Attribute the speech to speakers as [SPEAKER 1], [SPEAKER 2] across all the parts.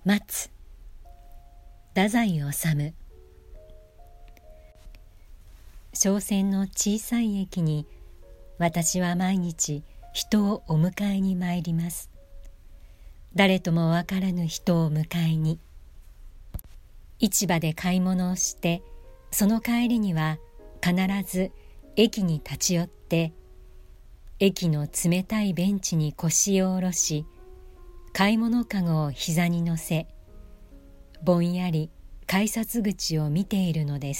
[SPEAKER 1] 待つ。太宰治。商船の小さい駅に私は毎日人をお迎えに参ります。誰ともわからぬ人を迎えに。市場で買い物をしてその帰りには必ず駅に立ち寄って駅の冷たいベンチに腰を下ろし買い物かごを膝に乗せぼんやり改札口を見ているのです。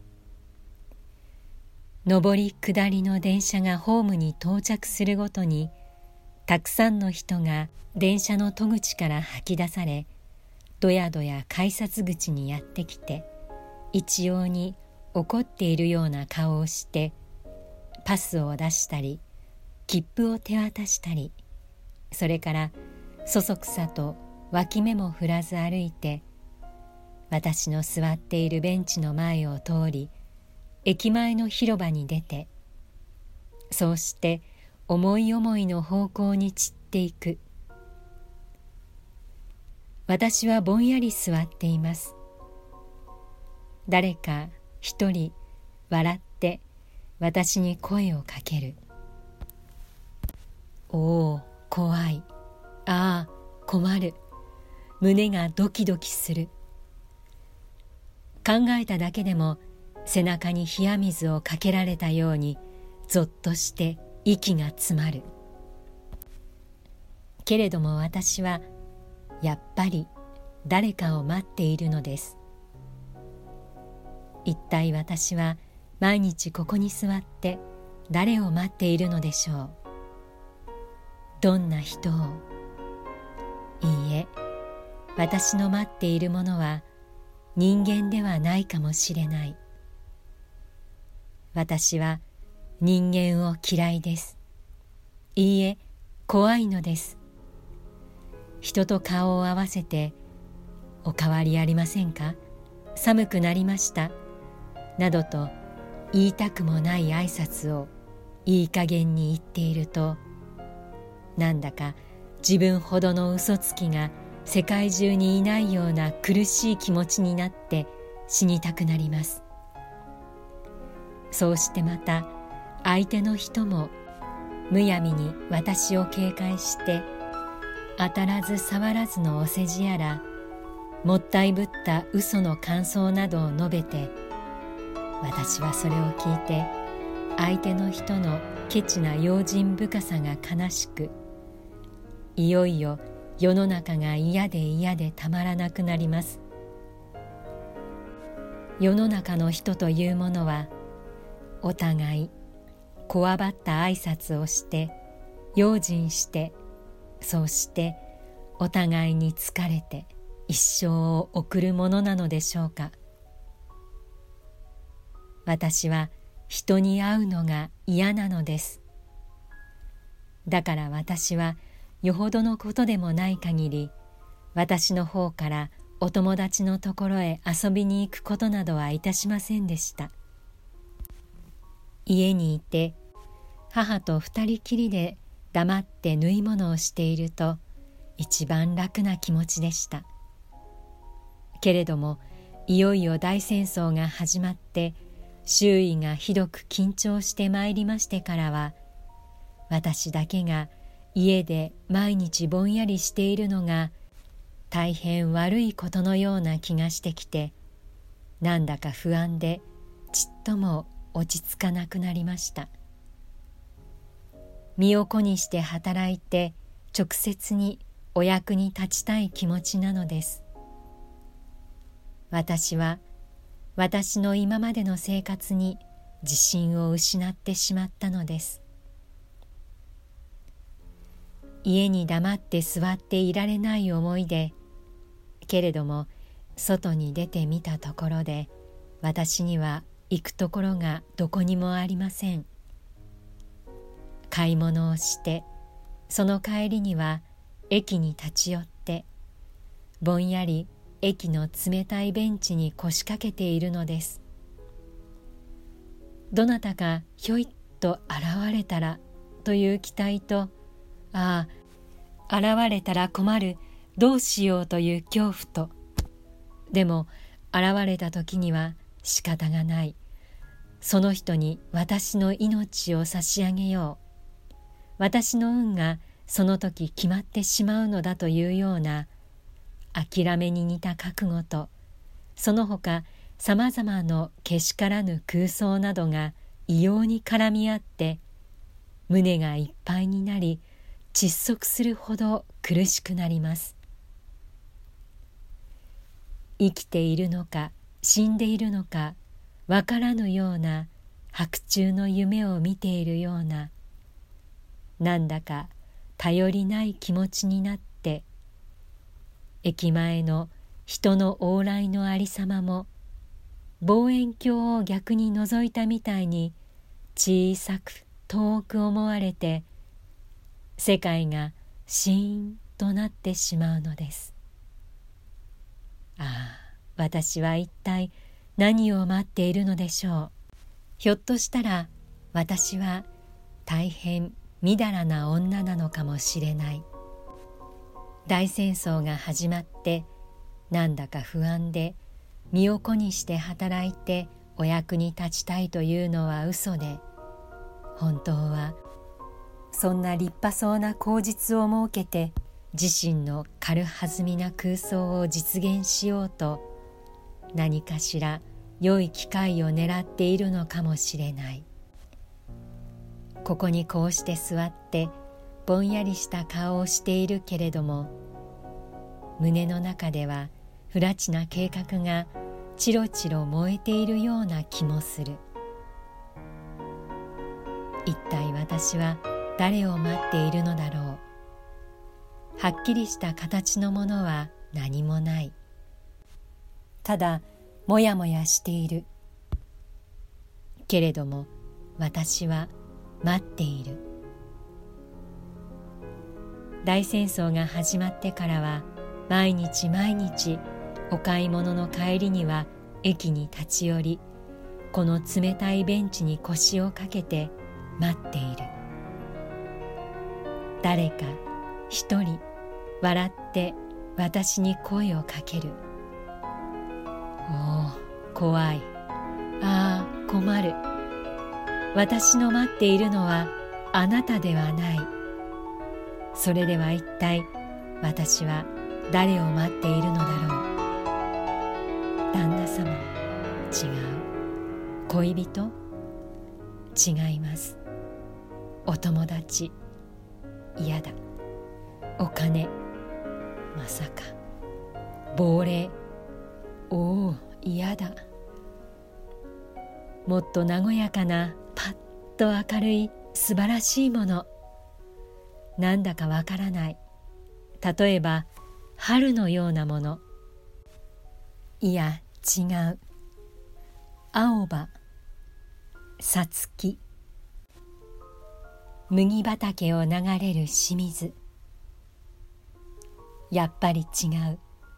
[SPEAKER 1] 上り下りの電車がホームに到着するごとにたくさんの人が電車の戸口から吐き出されどやどや改札口にやってきて一様に怒っているような顔をしてパスを出したり切符を手渡したりそれからそそくさと脇目も振らず歩いて私の座っているベンチの前を通り駅前の広場に出てそうして思い思いの方向に散っていく。私はぼんやり座っています。誰か一人笑って私に声をかける。おお、怖い。ああ、困る。胸がドキドキする。考えただけでも背中に冷や水をかけられたようにぞっとして息が詰まる。けれども私はやっぱり誰かを待っているのです。一体私は毎日ここに座って誰を待っているのでしょう。どんな人を。いいえ、私の待っているものは人間ではないかもしれない。私は人間を嫌いです。いいえ、怖いのです。人と顔を合わせて「お変わりありませんか？寒くなりました」などと言いたくもない挨拶をいい加減に言っているとなんだか自分ほどの嘘つきが世界中にいないような苦しい気持ちになって死にたくなります。そうしてまた相手の人もむやみに私を警戒して当たらず触らずのお世辞やらもったいぶった嘘の感想などを述べて私はそれを聞いて相手の人のケチな用心深さが悲しくいよいよ世の中が嫌で嫌でたまらなくなります。世の中の人というものはお互いこわばった挨拶をして用心してそうしてお互いに疲れて一生を送るものなのでしょうか。私は人に会うのが嫌なのです。だから私はよほどのことでもない限り私の方からお友達のところへ遊びに行くことなどはいたしませんでした。家にいて母と二人きりで黙って縫い物をしていると一番楽な気持ちでした。けれどもいよいよ大戦争が始まって周囲がひどく緊張してまいりましてからは私だけが家で毎日ぼんやりしているのが大変悪いことのような気がしてきてなんだか不安でちっとも落ち着かなくなりました。身を粉にして働いて直接にお役に立ちたい気持ちなのです。私は私の今までの生活に自信を失ってしまったのです。家に黙って座っていられない思いで、けれども外に出てみたところで私には行くところがどこにもありません。買い物をしてその帰りには駅に立ち寄ってぼんやり駅の冷たいベンチに腰掛けているのです。どなたかひょいっと現れたらという期待と、ああ現れたら困るどうしようという恐怖と、でも現れた時には仕方がない、その人に私の命を差し上げよう、私の運がその時決まってしまうのだというような諦めに似た覚悟と、その他さまざまのけしからぬ空想などが異様に絡み合って、胸がいっぱいになり窒息するほど苦しくなります。生きているのか死んでいるのかわからぬような白昼の夢を見ているような、なんだか頼りない気持ちになって、駅前の人の往来のありさまも望遠鏡を逆に覗いたみたいに小さく遠く思われて、世界がシーンとなってしまうのです。ああ、私は一体何を待っているのでしょう。ひょっとしたら私は大変みだらな女なのかもしれない。大戦争が始まってなんだか不安で身を粉にして働いてお役に立ちたいというのは嘘で、本当はそんな立派そうな口実を設けて自身の軽はずみな空想を実現しようと何かしら良い機会を狙っているのかもしれない。ここにこうして座ってぼんやりした顔をしているけれども、胸の中では不埒な計画がチロチロ燃えているような気もする。一体私は誰を待っているのだろう。はっきりした形のものは何もない。ただもやもやしている。けれども私は待っている。大戦争が始まってからは毎日毎日お買い物の帰りには駅に立ち寄り、この冷たいベンチに腰をかけて待っている。誰か一人笑って私に声をかける。おお、怖い。ああ、困る。私の待っているのはあなたではない。それでは一体私は誰を待っているのだろう。旦那様、違う。恋人、違います。お友達、嫌だ。お金、まさか。亡霊、おお、嫌だ。もっと和やかなパッと明るい素晴らしいもの、なんだかわからない。例えば春のようなもの。いや違う。青葉、さつき、麦畑を流れる清水。やっぱり違う。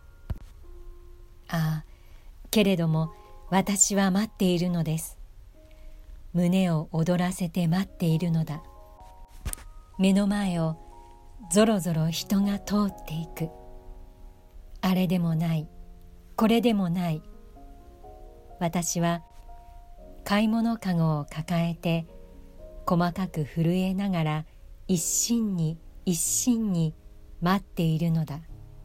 [SPEAKER 1] ああ、けれども私は待っているのです。胸を躍らせて待っているのだ。目の前をぞろぞろ人が通っていく。あれでもない、これでもない。私は買い物かごを抱えて細かく震えながら一心に一心に待っているのだ。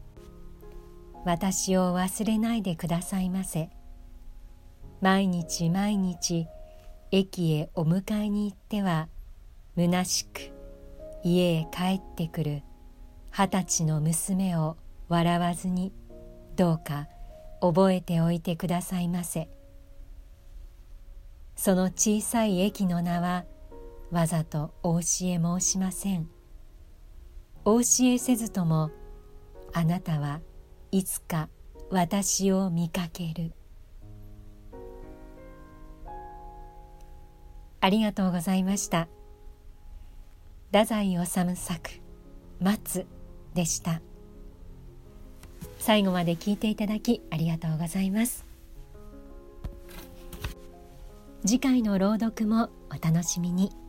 [SPEAKER 1] 私を忘れないでくださいませ。毎日毎日駅へお迎えに行っては虚しく家へ帰ってくる20歳の娘を笑わずにどうか覚えておいてくださいませ。その小さい駅の名はわざとお教え申しません。お教えせずともあなたはいつか私を見かける。ありがとうございました。太宰治作待つでした。最後まで聞いていただきありがとうございます。次回の朗読もお楽しみに。